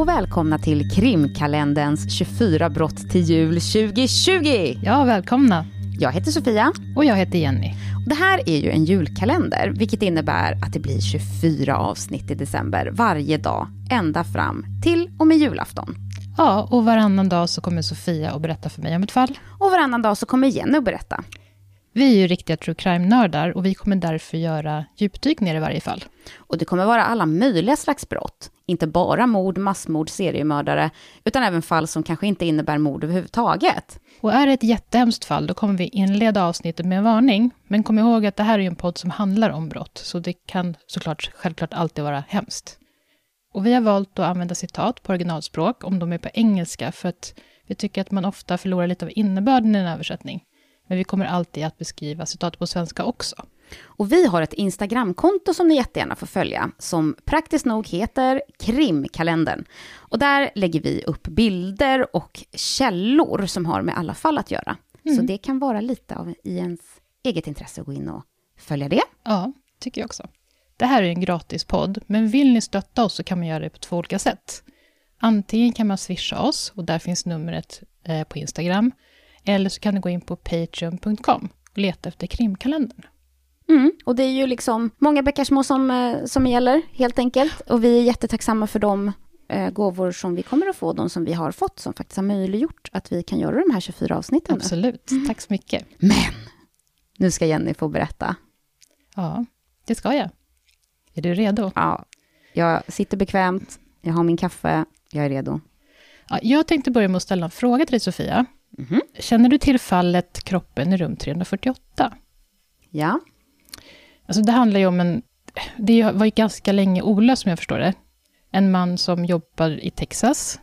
och välkomna till Krimkalenderns 24 brott till jul 2020. Ja, välkomna. Jag heter Sofia. Och jag heter Jenny. Det här är ju en julkalender, vilket innebär att det blir 24 avsnitt i december varje dag, ända fram till och med julafton. Ja, och varannan dag så kommer Sofia att berätta för mig om ett fall. Och varannan dag så kommer Jenny att berätta. Vi är ju riktiga true crime-nördar och vi kommer därför göra djupdyk ner i varje fall. Och det kommer vara alla möjliga slags brott. Inte bara mord, massmord, seriemördare, utan även fall som kanske inte innebär mord överhuvudtaget. Och är det ett jättehemskt fall, då kommer vi inleda avsnittet med en varning. Men kom ihåg att det här är ju en podd som handlar om brott, så det kan självklart alltid vara hemskt. Och vi har valt att använda citat på originalspråk om de är på engelska, för att vi tycker att man ofta förlorar lite av innebörden i en översättning. Men vi kommer alltid att beskriva citat på svenska också. Och vi har ett Instagramkonto som ni jättegärna får följa, som praktiskt nog heter Krimkalendern. Och där lägger vi upp bilder och källor som har med alla fall att göra. Så det kan vara lite av i ens eget intresse att gå in och följa det. Ja, tycker jag också. Det här är en gratis podd, men vill ni stötta oss så kan man göra det på 2 olika sätt. Antingen kan man swisha oss, och där finns numret på Instagram. Eller så kan du gå in på patreon.com och leta efter Krimkalendern. Och det är ju liksom många bäckar små som gäller, helt enkelt. Och vi är jättetacksamma för de gåvor som vi kommer att få, de som vi har fått, som faktiskt har möjliggjort att vi kan göra de här 24 avsnitten. Absolut, tack så mycket. Men, nu ska Jenny få berätta. Ja, det ska jag. Är du redo? Ja, jag sitter bekvämt, jag har min kaffe, jag är redo. Ja, jag tänkte börja med att ställa en fråga till dig, Sofia. Känner du till fallet Kroppen i rum 348? Ja. Alltså det handlar ju om det var ju ganska länge olöst som jag förstår det. En man som jobbar i Texas.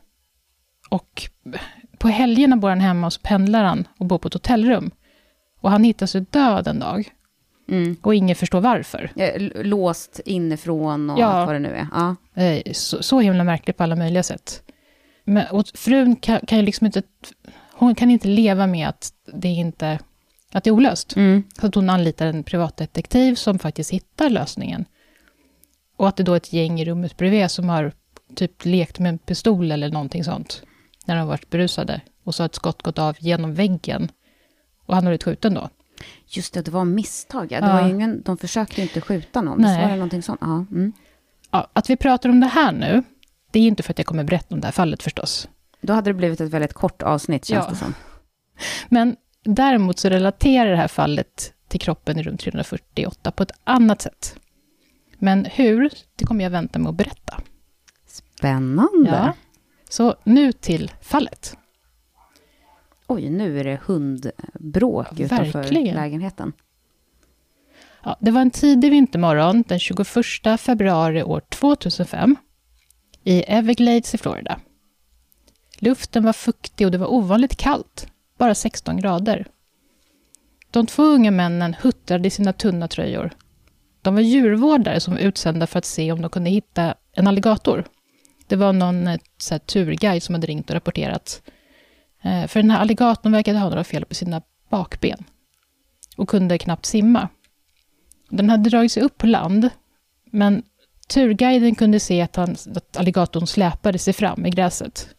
Och på helgerna bor han hemma och så pendlar han och bor på ett hotellrum. Och han hittar sig död en dag. Och ingen förstår varför. Låst inifrån och allt vad det nu är. Ja. Så himla märkligt på alla möjliga sätt. Men, och frun kan ju liksom inte... Hon kan inte leva med att det är olöst. Så att hon anlitar en privatdetektiv som faktiskt hittar lösningen. Och att det då är ett gäng i rummet bredvid som har typ lekt med en pistol eller någonting sånt. När de har varit berusade. Och så har ett skott gått av genom väggen. Och han har blivit skjuten då. Just det var misstag. Ja. Det var ingen, de försökte inte skjuta någon. Nej. Så var det någonting sånt. Ja. Ja, att vi pratar om det här nu, det är inte för att jag kommer berätta om det här fallet förstås. Då hade det blivit ett väldigt kort avsnitt, känns det som. Men däremot så relaterar det här fallet till kroppen i rum 348 på ett annat sätt. Men hur, det kommer jag vänta med att berätta. Spännande. Ja. Så nu till fallet. Oj, nu är det hundbråk utanför lägenheten. Ja, det var en tidig vintermorgon den 21 februari år 2005 i Everglades i Florida. Luften var fuktig och det var ovanligt kallt, bara 16 grader. De 2 unga männen huttrade i sina tunna tröjor. De var djurvårdare som var utsända för att se om de kunde hitta en alligator. Det var någon turguide som hade ringt och rapporterat. För den här alligatorn verkade ha några fel på sina bakben och kunde knappt simma. Den hade dragit sig upp på land, men turguiden kunde se att alligatorn släpade sig fram i gräset.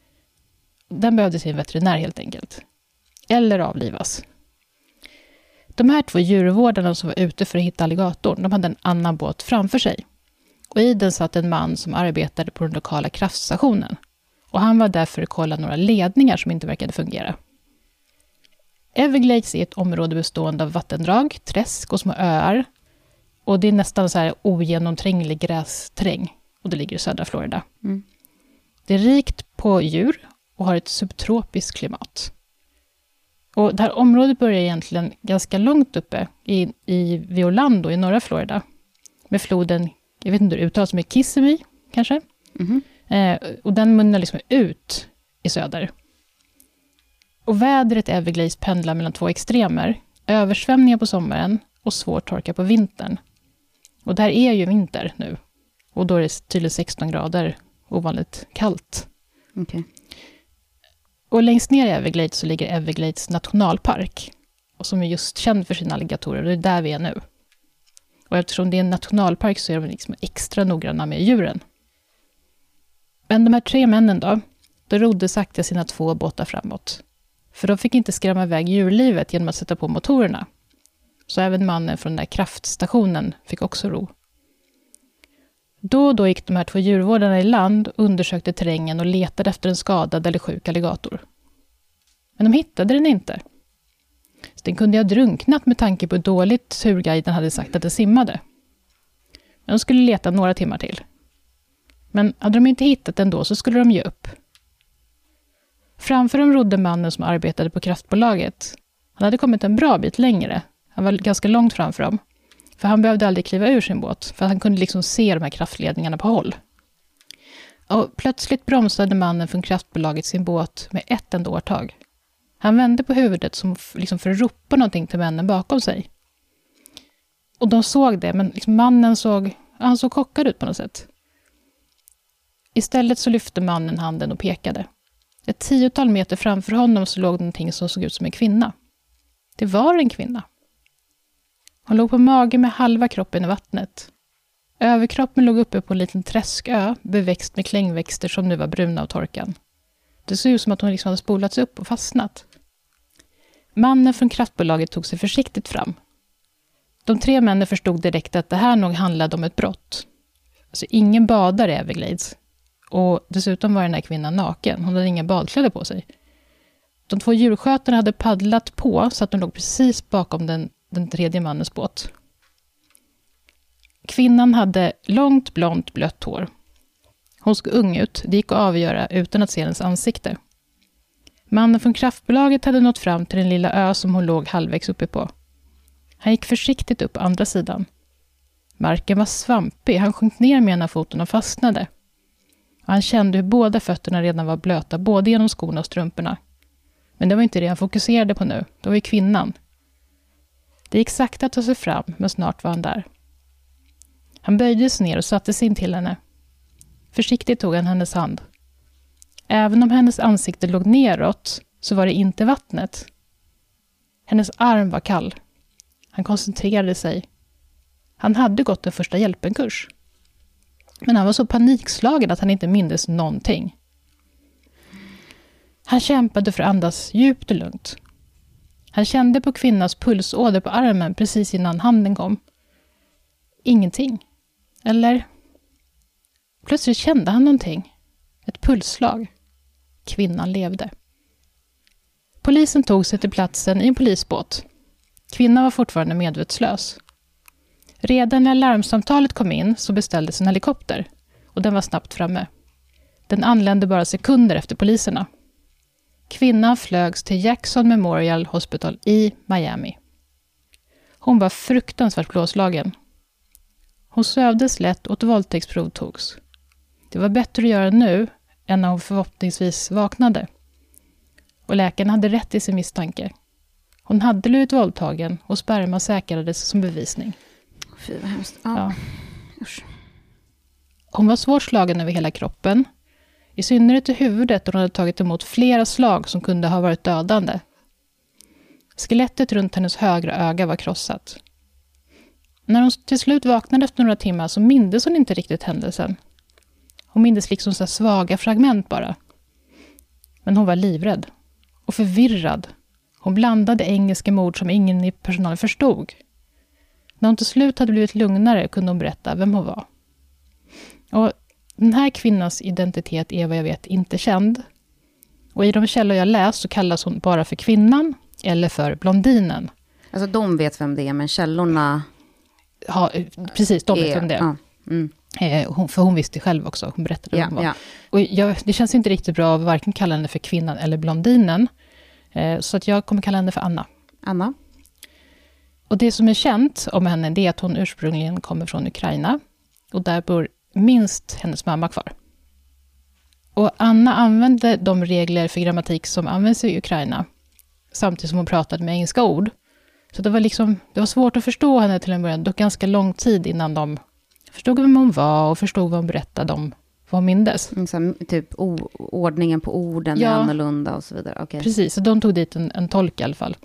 Den behövde sin veterinär helt enkelt. Eller avlivas. De här 2 djurvårdarna som var ute för att hitta alligatorn, de hade en annan båt framför sig. Och i den satt en man som arbetade på den lokala kraftstationen. Och han var där för att kolla några ledningar som inte verkade fungera. Everglades är ett område bestående av vattendrag, träsk och små öar. Och det är nästan så här ogenomtränglig grästerräng. Och det ligger i södra Florida. Det är rikt på djur och har ett subtropiskt klimat. Och det här området börjar egentligen ganska långt uppe vid Orlando i norra Florida. Med floden, jag vet inte hur det uttalas, med Kissimmee kanske. Och den munnar liksom ut i söder. Och vädret i Everglades pendlar mellan 2 extremer. Översvämningar på sommaren och svår torka på vintern. Och där är ju vinter nu. Och då är det tydligen 16 grader, ovanligt kallt. Okay. Och längst ner i Everglades så ligger Everglades nationalpark. Och som är just känd för sina alligatorer. Och det är där vi är nu. Och eftersom det är en nationalpark så är de liksom extra noggranna med djuren. Men de här 3 männen då rodde sakta sina 2 båtar framåt. För de fick inte skrämma iväg djurlivet genom att sätta på motorerna. Så även mannen från den där kraftstationen fick också ro. Då och då gick de här 2 djurvårdarna i land och undersökte terrängen och letade efter en skadad eller sjuk alligator. Men de hittade den inte. Så den kunde ha drunknat med tanke på hur dåligt turguiden hade sagt att den simmade. Men de skulle leta några timmar till. Men hade de inte hittat den då så skulle de ge upp. Framför dem rodde mannen som arbetade på kraftbolaget. Han hade kommit en bra bit längre. Han var ganska långt framför dem. För han behövde aldrig kliva ur sin båt. För han kunde liksom se de här kraftledningarna på håll. Och plötsligt bromsade mannen från kraftbolaget sin båt med ett enda årtag. Han vände på huvudet som liksom för att ropa någonting till männen bakom sig. Och de såg det, men liksom mannen såg chockad ut på något sätt. Istället så lyfte mannen handen och pekade. Ett 10-tal meter framför honom så låg någonting som såg ut som en kvinna. Det var en kvinna. Hon låg på mage med halva kroppen i vattnet. Överkroppen låg uppe på en liten träskö beväxt med klängväxter som nu var bruna av torkan. Det såg ut som att hon liksom hade spolats upp och fastnat. Mannen från kraftbolaget tog sig försiktigt fram. De 3 männen förstod direkt att det här nog handlade om ett brott. Alltså ingen badar i Everglades. Och dessutom var den här kvinnan naken. Hon hade inga badkläder på sig. De 2 djurskötarna hade paddlat på så att de låg precis bakom den 3:e mannens båt. Kvinnan hade långt blont blött hår. Hon såg ung ut, det gick att avgöra utan att se hennes ansikte. Mannen från kraftbolaget hade nått fram till den lilla ö som hon låg halvvägs uppe på. Han gick försiktigt upp på andra sidan. Marken var svampig, han sjönk ner med ena foten och fastnade. Och han kände hur båda fötterna redan var blöta, både genom skorna och strumporna. Men det var inte det han fokuserade på nu, det var ju kvinnan. Det gick sakta att ta sig fram, men snart var han där. Han böjde sig ner och satte sig in till henne. Försiktigt tog han hennes hand. Även om hennes ansikte låg neråt så var det inte vattnet. Hennes arm var kall. Han koncentrerade sig. Han hade gått en första hjälpenkurs. Men han var så panikslagen att han inte mindes någonting. Han kämpade för att andas djupt och lugnt. Han kände på kvinnans pulsåder på armen precis innan handen kom. Ingenting. Eller... Plötsligt kände han någonting. Ett pulsslag. Kvinnan levde. Polisen tog sig till platsen i en polisbåt. Kvinnan var fortfarande medvetslös. Redan när larmsamtalet kom in så beställdes en helikopter. Och den var snabbt framme. Den anlände bara sekunder efter poliserna. Kvinnan flögs till Jackson Memorial Hospital i Miami. Hon var fruktansvärt blåslagen. Hon sövdes lätt och ett våldtäktsprov togs. Det var bättre att göra nu än när hon förhoppningsvis vaknade. Och läkaren hade rätt i sin misstanke. Hon hade blivit våldtagen och sperma säkrades som bevisning. Fy, vad hemskt. Ja. Usch. Hon var svårt slagen över hela kroppen. I synnerhet i huvudet och hon hade tagit emot flera slag som kunde ha varit dödande. Skelettet runt hennes högra öga var krossat. När hon till slut vaknade efter några timmar så mindes hon inte riktigt händelsen. Hon mindes liksom så svaga fragment bara. Men hon var livrädd och förvirrad. Hon blandade engelska ord som ingen i personalen förstod. När hon till slut hade blivit lugnare kunde hon berätta vem hon var. Och den här kvinnans identitet är vad jag vet inte känd. Och i de källor jag läst så kallas hon bara för kvinnan eller för blondinen. Alltså de vet vem det är, men källorna... Ja, precis, de vet vem det är. Ja. Mm. För hon visste själv också, hon berättade vem hon var. Ja. Och det känns inte riktigt bra att varken kalla henne för kvinnan eller blondinen. Så att jag kommer kalla henne för Anna. Anna. Och det som är känt om henne det är att hon ursprungligen kommer från Ukraina. Och där bor minst hennes mamma kvar. Och Anna använde de regler för grammatik som används i Ukraina. Samtidigt som hon pratade med engelska ord. Så det var svårt att förstå henne till en början. Det tog ganska lång tid innan de förstod vem hon var och förstod vad hon berättade om vad hon mindes. Typ ordningen på orden är annorlunda och så vidare. Okay. Precis, så de tog dit en tolk i alla fall.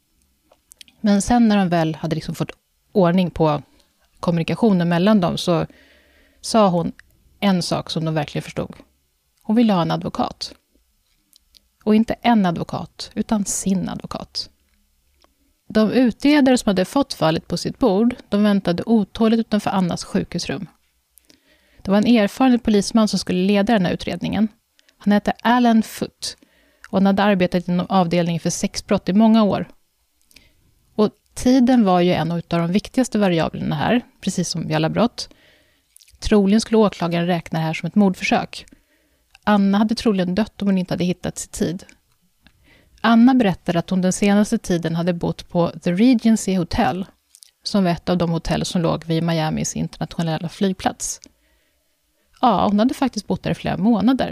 Men sen när de väl hade liksom fått ordning på kommunikationen mellan dem så sa hon en sak som de verkligen förstod. Hon ville ha en advokat. Och inte en advokat, utan sin advokat. De utredare som hade fått fallet på sitt bord, de väntade otåligt utanför Annas sjukhusrum. Det var en erfaren polisman som skulle leda den här utredningen. Han hette Alan Foote och han hade arbetat inom avdelningen för sexbrott i många år. Och tiden var ju en av de viktigaste variablerna här, precis som vid alla brott. Troligen skulle åklagaren räkna det här som ett mordförsök. Anna hade troligen dött om hon inte hade hittats i tid. Anna berättade att hon den senaste tiden hade bott på The Regency Hotel, som var ett av de hotell som låg vid Miamis internationella flygplats. Ja, hon hade faktiskt bott där i flera månader.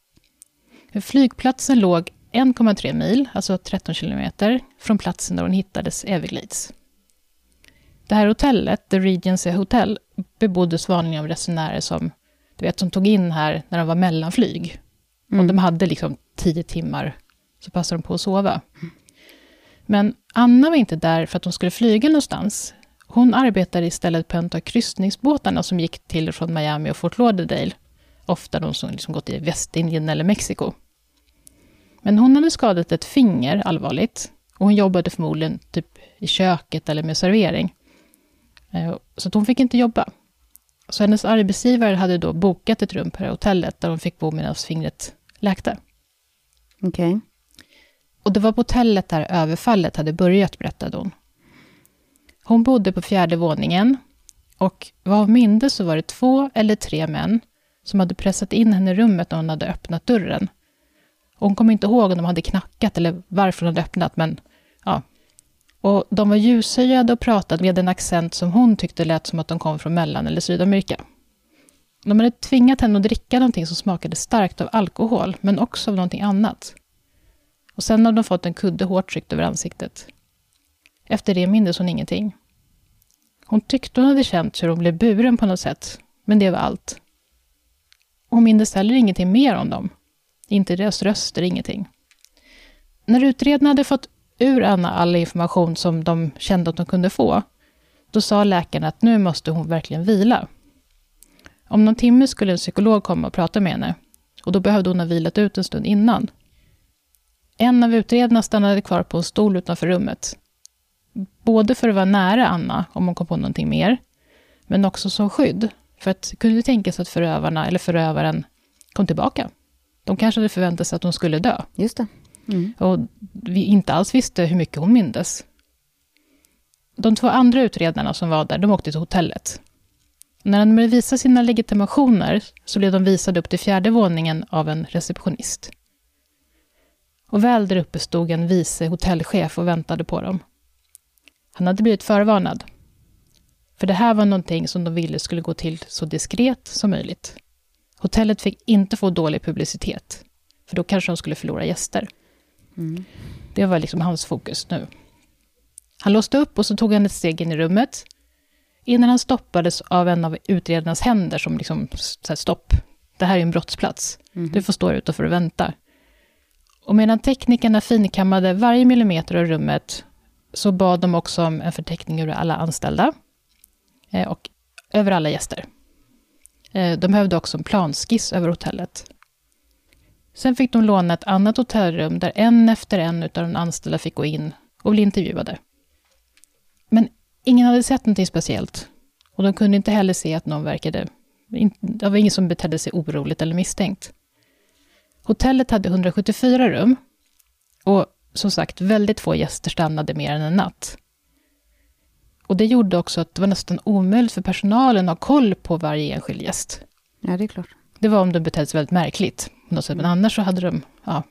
Flygplatsen låg 1,3 mil, alltså 13 kilometer, från platsen där hon hittades Everglades. Det här hotellet, The Regency Hotel, beboddes vanligen av resenärer som tog in här när de var mellanflyg. Om de hade liksom 10 timmar så passade de på att sova. Men Anna var inte där för att hon skulle flyga någonstans. Hon arbetade istället på en av kryssningsbåtarna som gick till och från Miami och Fort Lauderdale. Ofta de som liksom gått i Västindien eller Mexiko. Men hon hade skadat ett finger allvarligt. Och hon jobbade förmodligen typ i köket eller med servering. Så att hon fick inte jobba. Så hennes arbetsgivare hade då bokat ett rum på hotellet där hon fick bo medan fingret läkte. Okej. Och det var på hotellet där överfallet hade börjat, berättade hon. Hon bodde på 4:e våningen och vad hon mindes så var det 2 eller 3 män som hade pressat in henne i rummet när hon hade öppnat dörren. Och hon kom inte ihåg om de hade knackat eller varför de hade öppnat, men ja. Och de var ljushyade och pratade med en accent som hon tyckte lät som att de kom från Mellan- eller Sydamerika. De hade tvingat henne att dricka någonting som smakade starkt av alkohol, men också av någonting annat. Och sen hade de fått en kudde hårt tryckt över ansiktet. Efter det mindes hon ingenting. Hon tyckte hon hade känt hur hon blev buren på något sätt, men det var allt. Hon mindes heller ingenting mer om dem. Inte deras röster, ingenting. När utredarna hade fått ur Anna all information som de kände att de kunde få, då sa läkaren att nu måste hon verkligen vila. Om någon timme skulle en psykolog komma och prata med henne, och då behövde hon ha vilat ut en stund innan. En av utredarna stannade kvar på en stol utanför rummet. Både för att vara nära Anna om hon kom på någonting mer, men också som skydd. För att kunde det tänkas att förövarna eller förövaren kom tillbaka. De kanske hade förväntat sig att hon skulle dö. Just det. Och vi inte alls visste hur mycket hon mindes. De 2 andra utredarna som var där, de åkte till hotellet. När de visade sina legitimationer så blev de visade upp till 4:e våningen av en receptionist. Och väl där uppe stod en vice hotellchef och väntade på dem. Han hade blivit förvarnad. För det här var någonting som de ville skulle gå till så diskret som möjligt. Hotellet fick inte få dålig publicitet. För då kanske de skulle förlora gäster. Det var liksom hans fokus nu. Han låste upp och så tog han ett steg in i rummet. Innan han stoppades av en av utredarnas händer som liksom så här, stopp. Det här är en brottsplats. Du får stå utanför och vänta. Och medan teknikerna finkammade varje millimeter av rummet så bad de också om en förteckning över alla anställda och över alla gäster. De behövde också en planskiss över hotellet. Sen fick de låna ett annat hotellrum där en efter en av de anställda fick gå in och bli intervjuade. Men ingen hade sett någonting speciellt och de kunde inte heller se att någon verkade. Det var ingen som betedde sig oroligt eller misstänkt. Hotellet hade 174 rum och som sagt väldigt få gäster stannade mer än en natt. Och det gjorde också att det var nästan omöjligt för personalen att ha koll på varje enskild gäst. Ja, det är klart. Det var om de betedde sig väldigt märkligt på något sätt, men annars så hade de, ja.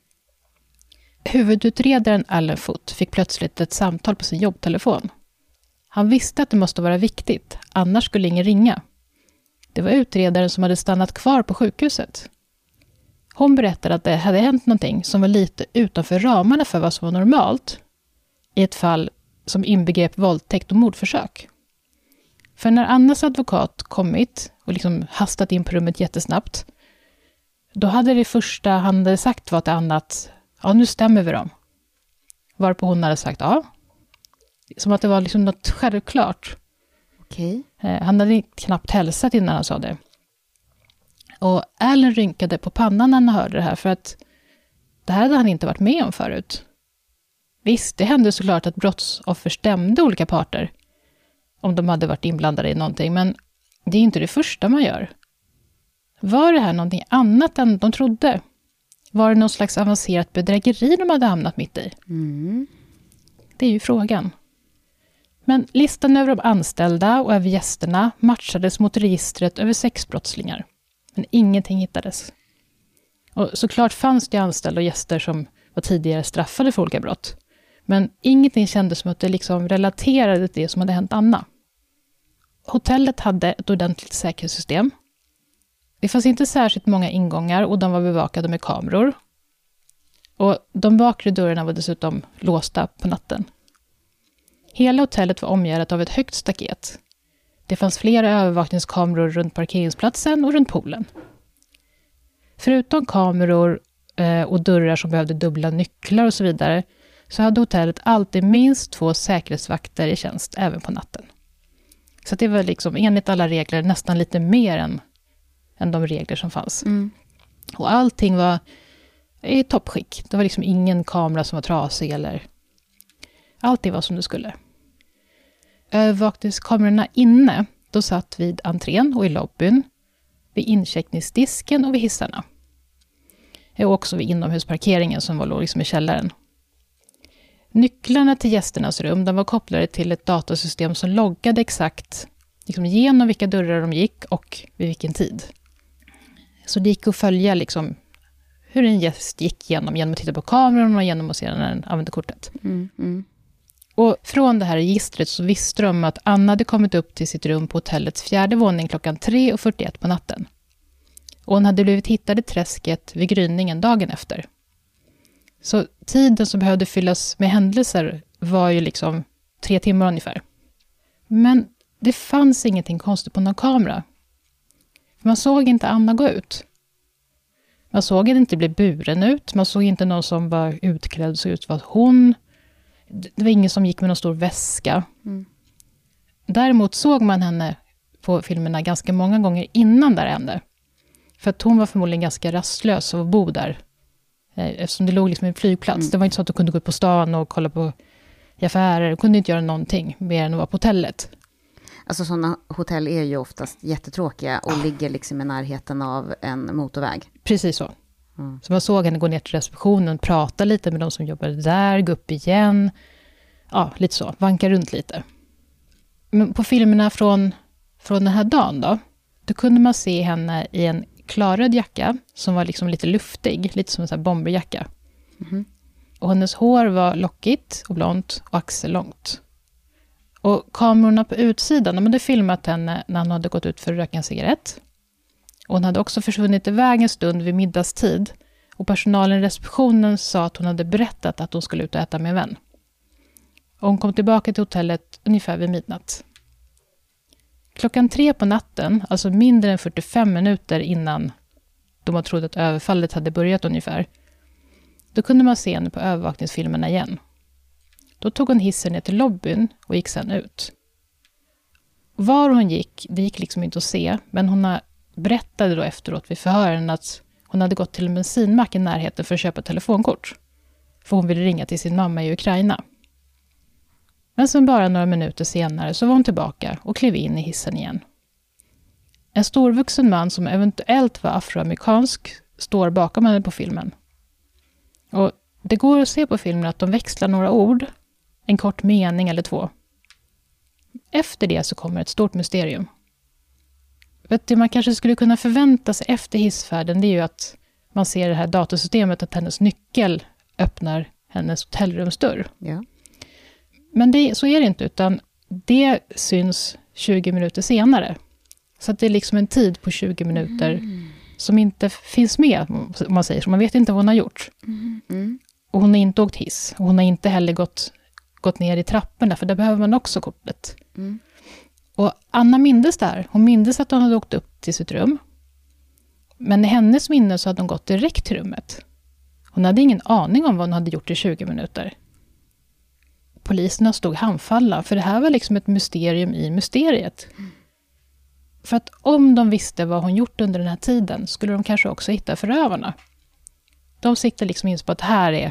Huvudutredaren Alan Foote fick plötsligt ett samtal på sin jobbtelefon. Han visste att det måste vara viktigt, annars skulle ingen ringa. Det var utredaren som hade stannat kvar på sjukhuset. Hon berättade att det hade hänt någonting som var lite utanför ramarna för vad som var normalt i ett fall som inbegrep våldtäkt och mordförsök. För när Annas advokat kommit och liksom hastat in på rummet jättesnabbt, då hade det första han hade sagt var till Anna att ja, nu stämmer vi dem. Varpå hon hade sagt ja. Som att det var liksom något självklart. Okej. Han hade knappt hälsat innan han sa det. Och Alan rynkade på pannan när han hörde det här, för att det här hade han inte varit med om förut. Visst, det hände såklart att brottsoffer stämde olika parter om de hade varit inblandade i någonting, men det är inte det första man gör. Var det här någonting annat än de trodde? Var det någon slags avancerat bedrägeri de hade hamnat mitt i? Det är ju frågan. Men listan över de anställda och över gästerna matchades mot registret över sexbrottslingar. Men ingenting hittades. Och såklart fanns det anställda och gäster som var tidigare straffade för olika brott. Men ingenting kändes som att det liksom relaterade till det som hade hänt Anna. Hotellet hade ett ordentligt säkerhetssystem. Det fanns inte särskilt många ingångar och de var bevakade med kameror. Och de bakre dörrarna var dessutom låsta på natten. Hela hotellet var omgärdat av ett högt staket. Det fanns flera övervakningskameror runt parkeringsplatsen och runt poolen. Förutom kameror och dörrar som behövde dubbla nycklar och så vidare, så hade hotellet alltid minst 2 säkerhetsvakter i tjänst även på natten. Så det var liksom enligt alla regler nästan lite mer än de regler som fanns. Och allting var i toppskick. Det var liksom ingen kamera som var trasig eller... Allting var som det skulle. Övervakningskamerorna inne, då satt vid entrén och i lobbyn, vid incheckningsdisken och vid hissarna. Och också vid inomhusparkeringen som låg liksom i källaren. Nycklarna till gästernas rum, de var kopplade till ett datasystem som loggade exakt liksom genom vilka dörrar de gick och vid vilken tid. Så det gick att följa liksom hur en gäst gick genom att titta på kameran och genom att se när den använde kortet. Och från det här registret så visste de att Anna hade kommit upp till sitt rum på hotellets 4:e våning klockan 3:41 på natten. Och hon hade blivit hittad i träsket vid gryningen dagen efter. Så tiden som behövde fyllas med händelser var ju liksom 3 timmar ungefär. Men det fanns ingenting konstigt på någon kamera. Man såg inte Anna gå ut. Man såg henne inte bli buren ut. Man såg inte någon som var utklädd så ut var hon. Det var ingen som gick med någon stor väska. Däremot såg man henne på filmerna ganska många gånger innan det hände. För att hon var förmodligen ganska rastlös och bo där. Eftersom det låg liksom en flygplats. Det var inte så att du kunde gå ut på stan och kolla på affärer. Du kunde inte göra någonting mer än att vara på hotellet. Alltså sådana hotell är ju oftast jättetråkiga och ligger liksom i närheten av en motorväg. Precis så. Så man såg henne gå ner till receptionen, prata lite med de som jobbade där, gå upp igen. Ja, lite så. Vanka runt lite. Men på filmerna från den här dagen då kunde man se henne i en klarröd jacka som var liksom lite luftig, lite som en sån här bomberjacka. Och hennes hår var lockigt och blont och axellångt. Och kamerorna på utsidan, de hade filmat henne när hon hade gått ut för att röka en cigarett. Och hon hade också försvunnit iväg en stund vid middagstid. Och personalen i receptionen sa att hon hade berättat att hon skulle ut och äta med en vän. Och hon kom tillbaka till hotellet ungefär vid midnatt. Klockan 3 på natten, alltså mindre än 45 minuter innan de hade trott att överfallet hade börjat ungefär, då kunde man se henne på övervakningsfilmerna igen. Då tog hon hissen ner till lobbyn och gick sedan ut. Var hon gick, det gick liksom inte att se, men hon berättade då efteråt vid förhören att hon hade gått till en bensinmack i närheten för att köpa telefonkort. För hon ville ringa till sin mamma i Ukraina. Men sen bara några minuter senare så var hon tillbaka och klev in i hissen igen. En storvuxen man som eventuellt var afroamerikansk står bakom henne på filmen. Och det går att se på filmen att de växlar några ord, en kort mening eller 2. Efter det så kommer ett stort mysterium. Det man kanske skulle kunna förvänta sig efter hissfärden, det är ju att man ser det här datasystemet att hennes nyckel öppnar hennes hotellrumsdörr. Ja. Men så är det inte, utan det syns 20 minuter senare. Så att det är liksom en tid på 20 minuter som inte finns med, om man säger så. Man vet inte vad hon har gjort. Och hon har inte åkt hiss. Och hon har inte heller gått ner i trapporna, för där behöver man också kortet. Och Anna mindes där. Hon mindes att hon hade åkt upp till sitt rum. Men i hennes minne så hade hon gått direkt till rummet. Hon hade ingen aning om vad hon hade gjort i 20 minuter. Poliserna stod handfalla, för det här var liksom ett mysterium i mysteriet. För att om de visste vad hon gjort under den här tiden skulle de kanske också hitta förövarna. De siktar liksom in på att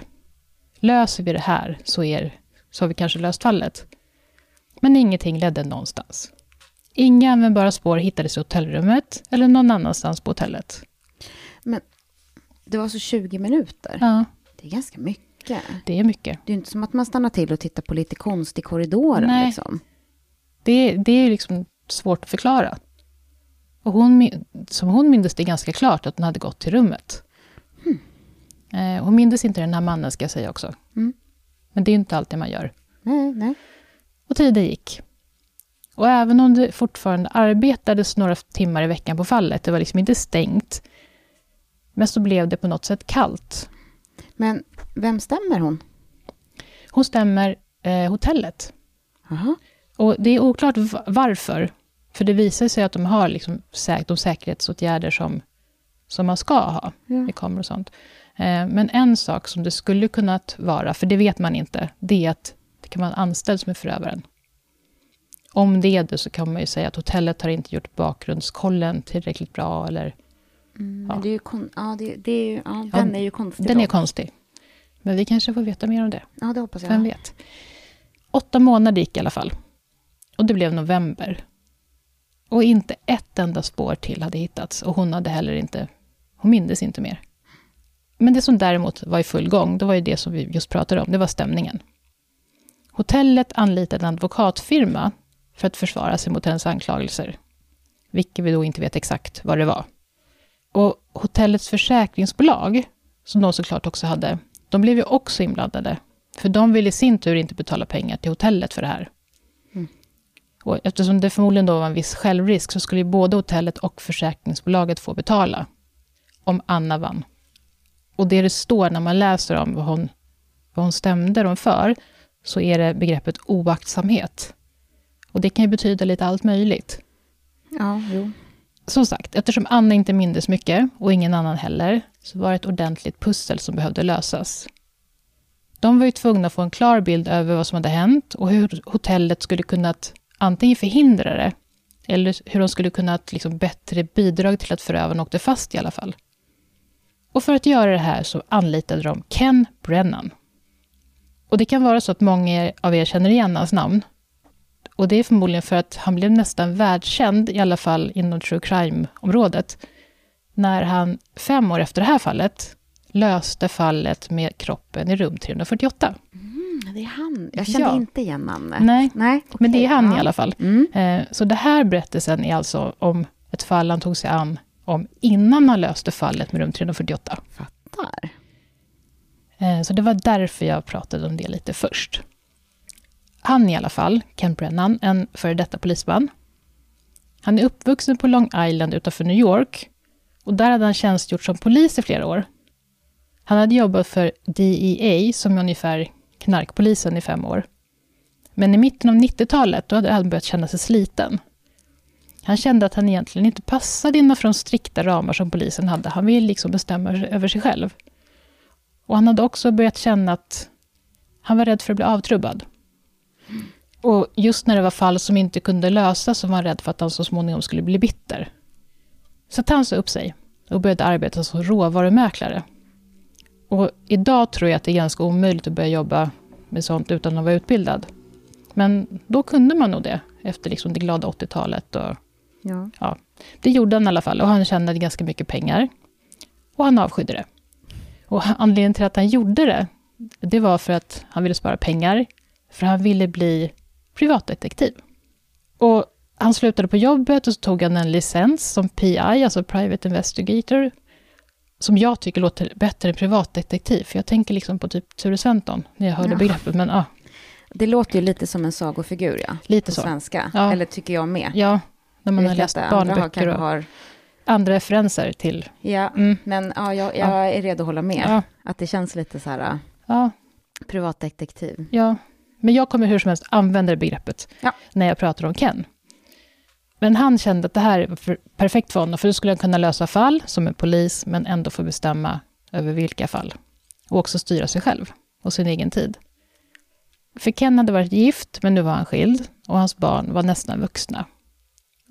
löser vi det här så har vi kanske löst fallet. Men ingenting ledde någonstans. Inga användbara spår hittades i hotellrummet eller någon annanstans på hotellet. Men det var så 20 minuter. Ja. Det är ganska mycket. Det är mycket. Det är inte som att man stannar till och tittar på lite konst i korridoren. Nej. Liksom. Det är liksom svårt att förklara. Och som hon mindes det ganska klart att hon hade gått till rummet. Hon mindes inte den här mannen, ska jag säga också. Mm. Men det är inte alltid man gör. Nej. Och tiden gick. Och även om det fortfarande arbetades några timmar i veckan på fallet, det var liksom inte stängt. Men så blev det på något sätt kallt. Men vem stämmer hon? Hon stämmer hotellet. Aha. Och det är oklart varför. För det visar sig att de har liksom de säkerhetsåtgärder som man ska ha. Ja. Det kommer och sånt. Men en sak som det skulle kunnat vara, för det vet man inte, det är att det kan vara anställd som är förövaren. Om det är det så kan man ju säga att hotellet har inte gjort bakgrundskollen tillräckligt bra. Eller, Men det är ju den är ju konstig. Den är konstig. Men vi kanske får veta mer om det. Ja, det hoppas jag. Vem vet. 8 månader gick i alla fall. Och det blev november. Och inte ett enda spår till hade hittats. Och hon mindes inte mer. Men det som däremot var i full gång, det var ju det som vi just pratade om. Det var stämningen. Hotellet anlitade en advokatfirma för att försvara sig mot hennes anklagelser. Vilket vi då inte vet exakt vad det var. Och hotellets försäkringsbolag, som de såklart också hade, de blev ju också inblandade. För de ville i sin tur inte betala pengar till hotellet för det här. Och eftersom det förmodligen då var en viss självrisk så skulle ju både hotellet och försäkringsbolaget få betala om Anna vann. Och det står när man läser om vad hon stämde dem för, så är det begreppet oaktsamhet. Och det kan ju betyda lite allt möjligt. Ja, jo. Som sagt, eftersom Anna inte mindes mycket och ingen annan heller, så var det ett ordentligt pussel som behövde lösas. De var ju tvungna att få en klar bild över vad som hade hänt och hur hotellet skulle kunnat antingen förhindra det eller hur de skulle kunnat liksom bättre bidra till att förövaren åkte fast i alla fall. Och för att göra det här så anlitade de Ken Brennan. Och det kan vara så att många av er känner igen hans namn. Och det är förmodligen för att han blev nästan världskänd, i alla fall inom true crime-området, när han 5 år efter det här fallet löste fallet med kroppen i rum 348. Det är han. Jag kände inte igen namnet. Nej, okay. Men det är han i alla fall. Så det här berättelsen är alltså om ett fall han tog sig an om innan han löste fallet med rum 348. Fattar. Så det var därför jag pratade om det lite först. Han i alla fall, Ken Brennan, en före detta polisman. Han är uppvuxen på Long Island utanför New York. Och där hade han tjänstgjort som polis i flera år. Han hade jobbat för DEA som ungefär knarkpolisen i 5 år. Men i mitten av 90-talet då hade han börjat känna sig sliten. Han kände att han egentligen inte passade innanför de strikta ramar som polisen hade. Han ville liksom bestämma över sig själv. Och han hade också börjat känna att han var rädd för att bli avtrubbad. Och just när det var fall som inte kunde lösas så var han rädd för att han så småningom skulle bli bitter. Så att han sa upp sig och började arbeta som råvarumäklare. Och idag tror jag att det är ganska omöjligt att börja jobba med sånt utan att vara utbildad. Men då kunde man nog det efter liksom det glada 80-talet. Och, ja, det gjorde han i alla fall och han tjänade ganska mycket pengar. Och han avskydde det. Och anledningen till att han gjorde det var för att han ville spara pengar. För han ville bli privatdetektiv. Och han slutade på jobbet och så tog han en licens som PI, alltså Private Investigator. Som jag tycker låter bättre än privatdetektiv. För jag tänker liksom på typ Ture Sventon när jag hörde begreppet. Men, ja. Det låter ju lite som en sagofigur, ja. Lite på så. Svenska. Ja. Eller tycker jag med. Ja, när man har läst barnböcker och andra referenser till. Ja, men ja, jag är redo att hålla med. Ja. Att det känns lite så här privatdetektiv. Ja, men jag kommer hur som helst använda det begreppet när jag pratar om Ken. Men han kände att det här var perfekt för honom. För då skulle han kunna lösa fall som en polis men ändå få bestämma över vilka fall. Och också styra sig själv och sin egen tid. För Ken hade varit gift men nu var han skild och hans barn var nästan vuxna.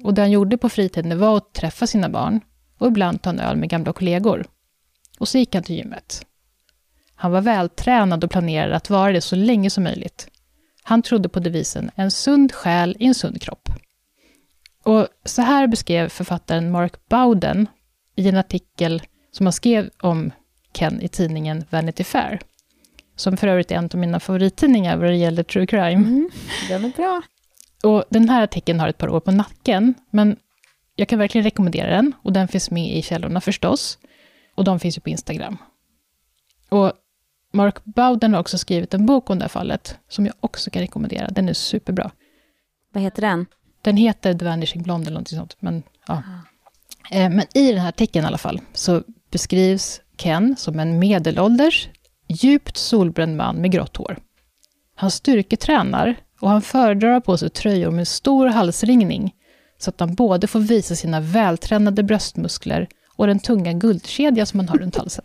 Och det han gjorde på fritiden var att träffa sina barn och ibland ta en öl med gamla kollegor. Och så gick han till gymmet. Han var vältränad och planerade att vara det så länge som möjligt. Han trodde på devisen en sund själ i en sund kropp. Och så här beskrev författaren Mark Bowden i en artikel som han skrev om Ken i tidningen Vanity Fair. Som för övrigt är en av mina favorittidningar vad det gäller true crime. Den är bra. Och den här artikeln har ett par år på nacken, men jag kan verkligen rekommendera den. Och den finns med i källorna förstås. Och de finns ju på Instagram. Och Mark Bowden har också skrivit en bok om det här fallet som jag också kan rekommendera. Den är superbra. Vad heter den? Den heter The Vanishing Blonde eller något sånt. Men, ja. Men i den här artikeln i alla fall så beskrivs Ken som en medelålders, djupt solbränd man med grått hår. Han styrketränar och han föredrar på sig tröjor med stor halsringning så att han både får visa sina vältränade bröstmuskler och den tunga guldkedja som han har runt halsen.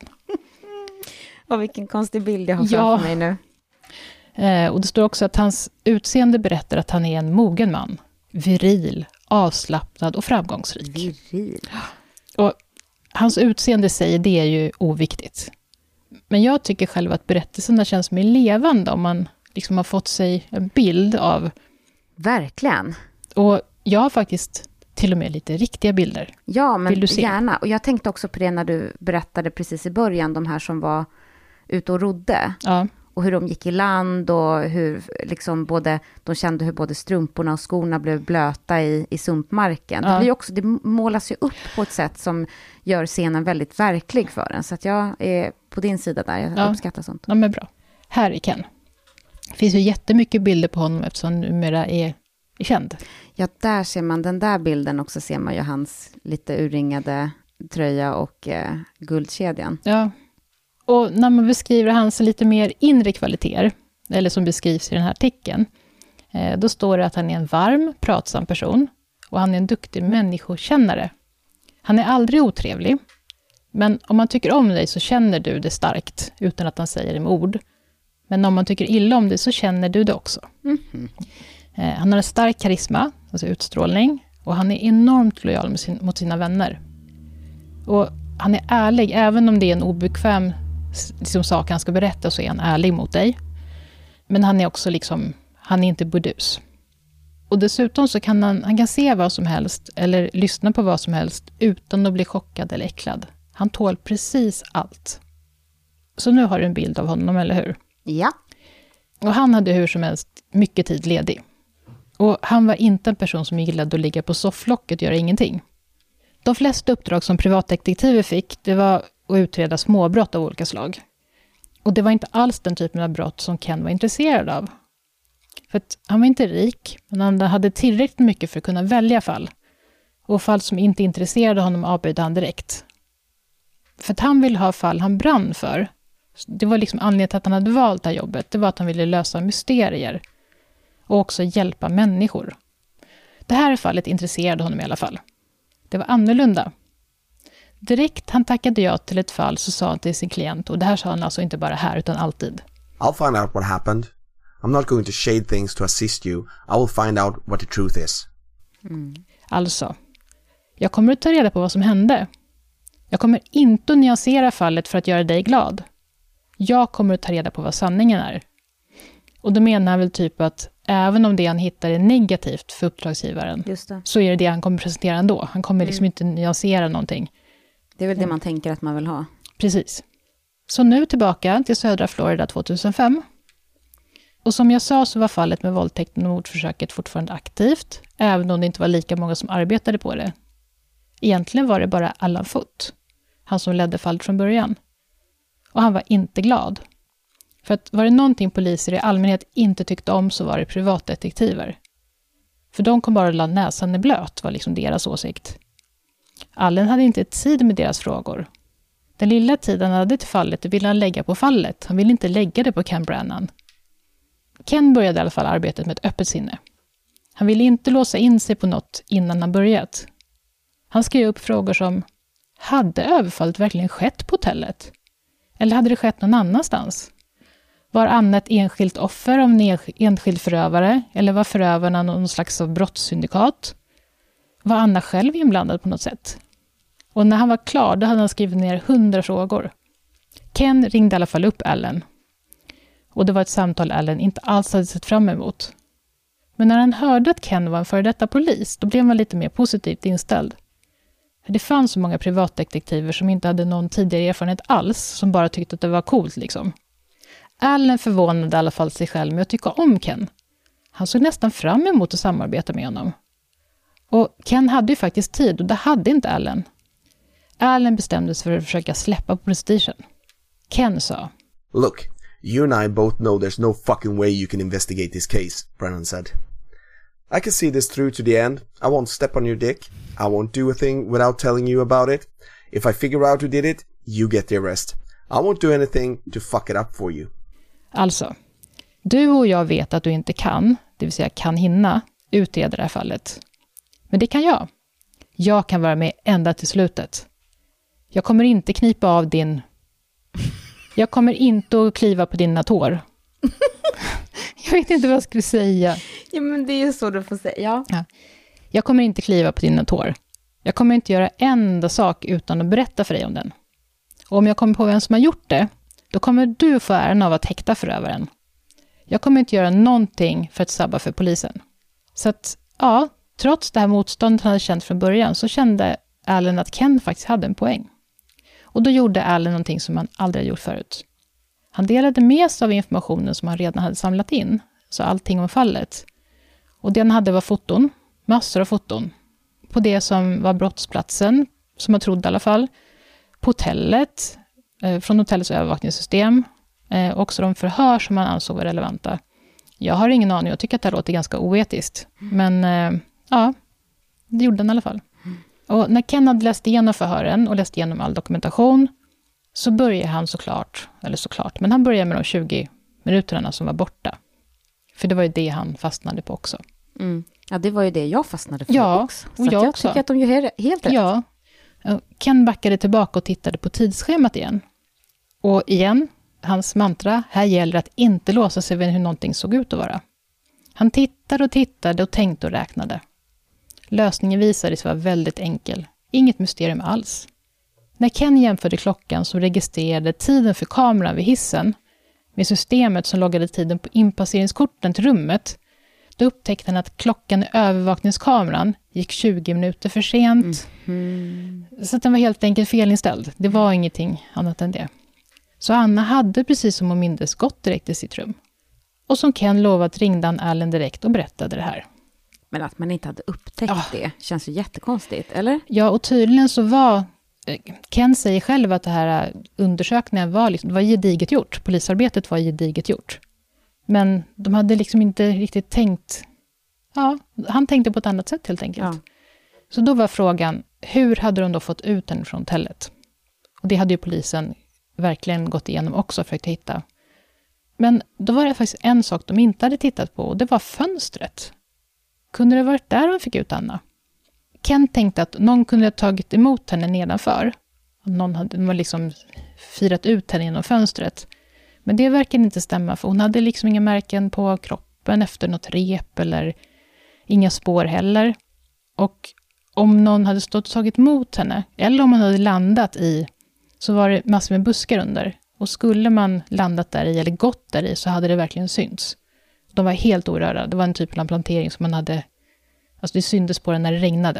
Och vilken konstig bild jag har framför mig nu. Och det står också att hans utseende berättar att han är en mogen man. Viril, avslappnad och framgångsrik. Viril. Och hans utseende säger det är ju oviktigt. Men jag tycker själv att berättelserna känns mer levande om man liksom har fått sig en bild av... Verkligen. Och jag har faktiskt till och med lite riktiga bilder. Ja, men vill du se? Gärna. Och jag tänkte också på det när du berättade precis i början, de här som var ute och rodde. Ja. Och hur de gick i land och hur liksom de kände hur både strumporna och skorna blev blöta i sumpmarken. Ja. Det målas ju upp på ett sätt som gör scenen väldigt verklig för en. Så att jag är på din sida där, jag uppskattar sånt. Ja, men bra. Här är Ken. Det finns ju jättemycket bilder på honom eftersom han numera är känd. Ja, där ser man den där bilden också, ser man ju hans lite urringade tröja och guldkedjan. Ja, och när man beskriver hans lite mer inre kvaliteter, eller som beskrivs i den här artikeln, då står det att han är en varm, pratsam person och han är en duktig människokännare. Han är aldrig otrevlig, men om man tycker om dig så känner du det starkt utan att han säger det med ord. Men om man tycker illa om dig så känner du det också. Mm-hmm. Han har en stark karisma, alltså utstrålning, och han är enormt lojal mot sina vänner. Och han är ärlig, även om det är en obekväm sak han ska berätta så är han ärlig mot dig. Men han är också han är inte burdus. Och dessutom så kan han kan se vad som helst eller lyssna på vad som helst utan att bli chockad eller äcklad. Han tål precis allt. Så nu har du en bild av honom, eller hur? Ja. Och han hade hur som helst mycket tid ledig. Och han var inte en person som gillade att ligga på sofflocket och göra ingenting. De flesta uppdrag som privatdetektiver fick, det var att utreda småbrott av olika slag. Och det var inte alls den typen av brott som Ken var intresserad av. För att han var inte rik, men han hade tillräckligt mycket för att kunna välja fall. Och fall som inte intresserade honom avböjde han direkt. För att han ville ha fall han brann för. Det var anledningen till att han hade valt det här jobbet. Det var att han ville lösa mysterier. Och också hjälpa människor. Det här fallet intresserade honom i alla fall. Det var annorlunda. Direkt han tackade ja till ett fall så sa han till sin klient, och det här sa han alltså inte bara här utan alltid. I'll find out what happened. I'm not going to shade things to assist you. I will find out what the truth is. Alltså, jag kommer att ta reda på vad som hände. Jag kommer inte att nyansera fallet för att göra dig glad. Jag kommer att ta reda på vad sanningen är. Och då menar han väl typ att även om det han hittar är negativt för uppdragsgivaren, så är det han kommer presentera ändå. Han kommer inte nyansera någonting. Det är väl det man tänker att man vill ha. Precis. Så nu tillbaka till södra Florida 2005. Och som jag sa så var fallet med våldtäkten och mordförsöket fortfarande aktivt, även om det inte var lika många som arbetade på det. Egentligen var det bara Alan Foote, han som ledde fallet från början. Och han var inte glad. För att var det någonting poliser i allmänhet inte tyckte om så var det privatdetektiver. För de kom bara att la näsan i blöt, var deras åsikt. Allen hade inte tid med deras frågor. Den lilla tiden han hade till fallet ville han lägga på fallet. Han ville inte lägga det på Ken Brannan. Ken började i alla fall arbetet med ett öppet sinne. Han ville inte låsa in sig på något innan han börjat. Han skrev upp frågor som: hade överfallet verkligen skett på hotellet? Eller hade det skett någon annanstans? Var Anna ett enskilt offer av en enskild förövare? Eller var förövarna någon slags av brottssyndikat? Var Anna själv inblandad på något sätt? Och när han var klar, då hade han skrivit ner 100 frågor. Ken ringde i alla fall upp Allen. Och det var ett samtal Allen inte alls hade sett fram emot. Men när han hörde att Ken var en före detta polis, då blev han lite mer positivt inställd. Det fanns så många privatdetektiver som inte hade någon tidigare erfarenhet alls, som bara tyckte att det var coolt liksom. Allen förvånade i alla fall sig själv med att tycka om Ken. Han såg nästan fram emot att samarbeta med honom. Och Ken hade ju faktiskt tid, och det hade inte Allen. Allen bestämde sig för att försöka släppa på prestigen. Ken sa: Look, you and I both know there's no fucking way you can investigate this case, Brennan said. I can see this through to the end. I won't step on your dick. I won't do a thing without telling you about it. If I figure out who did it, you get the arrest. I won't do anything to fuck it up for you. Alltså, du och jag vet att du inte kan, det vill säga kan hinna, utreda det här fallet. Men det kan jag. Jag kan vara med ända till slutet. Jag kommer inte knipa av din... Jag kommer inte att kliva på dina tår. Jag vet inte vad jag skulle säga. Ja, men det är ju så du får säga. Ja. Jag kommer inte kliva på dina tår. Jag kommer inte göra en enda sak utan att berätta för dig om den. Och om jag kommer på vem som har gjort det, då kommer du få äran av att häkta förövaren. Jag kommer inte göra någonting för att sabba för polisen. Så att, ja, trots det här motståndet han hade känt från början, så kände Allen att Ken faktiskt hade en poäng. Och då gjorde Allen någonting som han aldrig hade gjort förut. Han delade med sig av informationen som han redan hade samlat in, så allting om fallet. Och det han hade var foton, massor av foton. På det som var brottsplatsen, som man trodde i alla fall. På hotellet, från hotellets övervakningssystem. Också de förhör som man ansåg var relevanta. Jag har ingen aning, jag tycker att det här låter ganska oetiskt. Men ja, det gjorde han i alla fall. Och när Ken hade läst igenom förhören och läst igenom all dokumentation, så började han men han började med de 20 minuterna som var borta. För det var ju det han fastnade på också. Mm. Ja, det var ju det jag fastnade för också. Så och jag också. Tycker att de gör helt rätt. Ja. Ken backade tillbaka och tittade på tidsschemat igen. Och igen, hans mantra, här gäller att inte låsa sig vid hur någonting såg ut att vara. Han tittade och tänkte och räknade. Lösningen visade sig vara väldigt enkel. Inget mysterium alls. När Ken jämförde klockan som registrerade tiden för kameran vid hissen med systemet som loggade tiden på inpasseringskorten till rummet, då upptäckte han att klockan i övervakningskameran gick 20 minuter för sent. Så att den var helt enkelt felinställd. Det var ingenting annat än det. Så Anna hade precis som hon mindes gått direkt till sitt rum. Och som Ken lovat ringde han Allen direkt och berättade det här. Men att man inte hade upptäckt det känns ju jättekonstigt, eller? Ja, och tydligen så var... Ken säger själv att det här undersökningen var gediget gjort. Polisarbetet var gediget gjort. Men de hade liksom inte riktigt tänkt... Ja, han tänkte på ett annat sätt helt enkelt. Ja. Så då var frågan, hur hade de då fått ut den från hotellet? Och det hade ju polisen verkligen gått igenom också för att hitta. Men då var det faktiskt en sak de inte hade tittat på, och det var fönstret. Kunde det varit där de fick ut Anna? Ken tänkte att någon kunde ha tagit emot henne nedanför. Någon hade liksom firat ut henne genom fönstret. Men det verkar inte stämma, för hon hade liksom inga märken på kroppen efter något rep eller inga spår heller. Och om någon hade stått och tagit emot henne, eller om man hade landat i, så var det massor med buskar under. Och skulle man landat där i eller gått där i, så hade det verkligen synts. De var helt orörda. Det var en typ av plantering som man hade... Alltså det syntes på den när det regnade.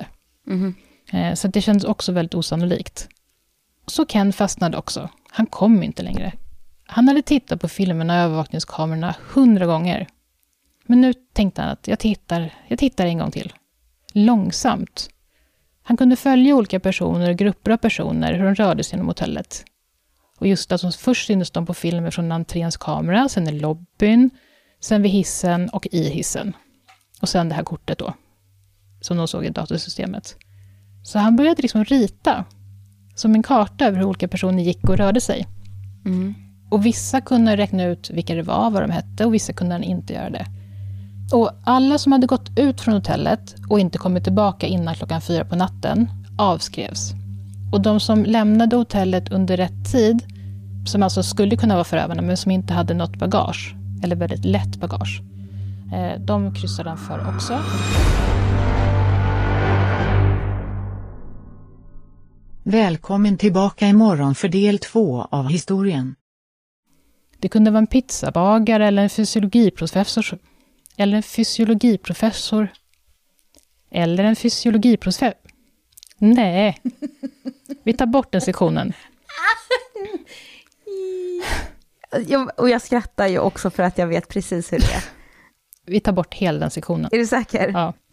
Så det kändes också väldigt osannolikt. Så Ken fastnade också. Han kom inte längre. Han hade tittat på filmerna och övervakningskamerorna 100 gånger. Men nu tänkte han att jag tittar en gång till. Långsamt. Han kunde följa olika personer och grupper av personer hur de rörde sig genom hotellet. Och just att först syntes de på filmer från entréns kamera, sen i lobbyn, sen vid hissen och i hissen. Och sen det här kortet då, som de såg i datorsystemet. Så han började liksom rita som en karta över hur olika personer gick och rörde sig. Och vissa kunde räkna ut vilka det var, vad de hette, och vissa kunde inte göra det. Och alla som hade gått ut från hotellet och inte kommit tillbaka innan 4 på natten avskrevs. Och de som lämnade hotellet under rätt tid, som alltså skulle kunna vara förövarna men som inte hade något bagage, eller väldigt lätt bagage, de kryssade han för också. Välkommen tillbaka imorgon för del 2 av historien. Det kunde vara en pizzabagare eller en fysiologiprofessor. Eller en fysiologiprofessor. Eller en fysiologiprofessor. Nej. Vi tar bort den sektionen. Och jag skrattar ju också för att jag vet precis hur det är. Vi tar bort hela den sektionen. Är du säker? Ja.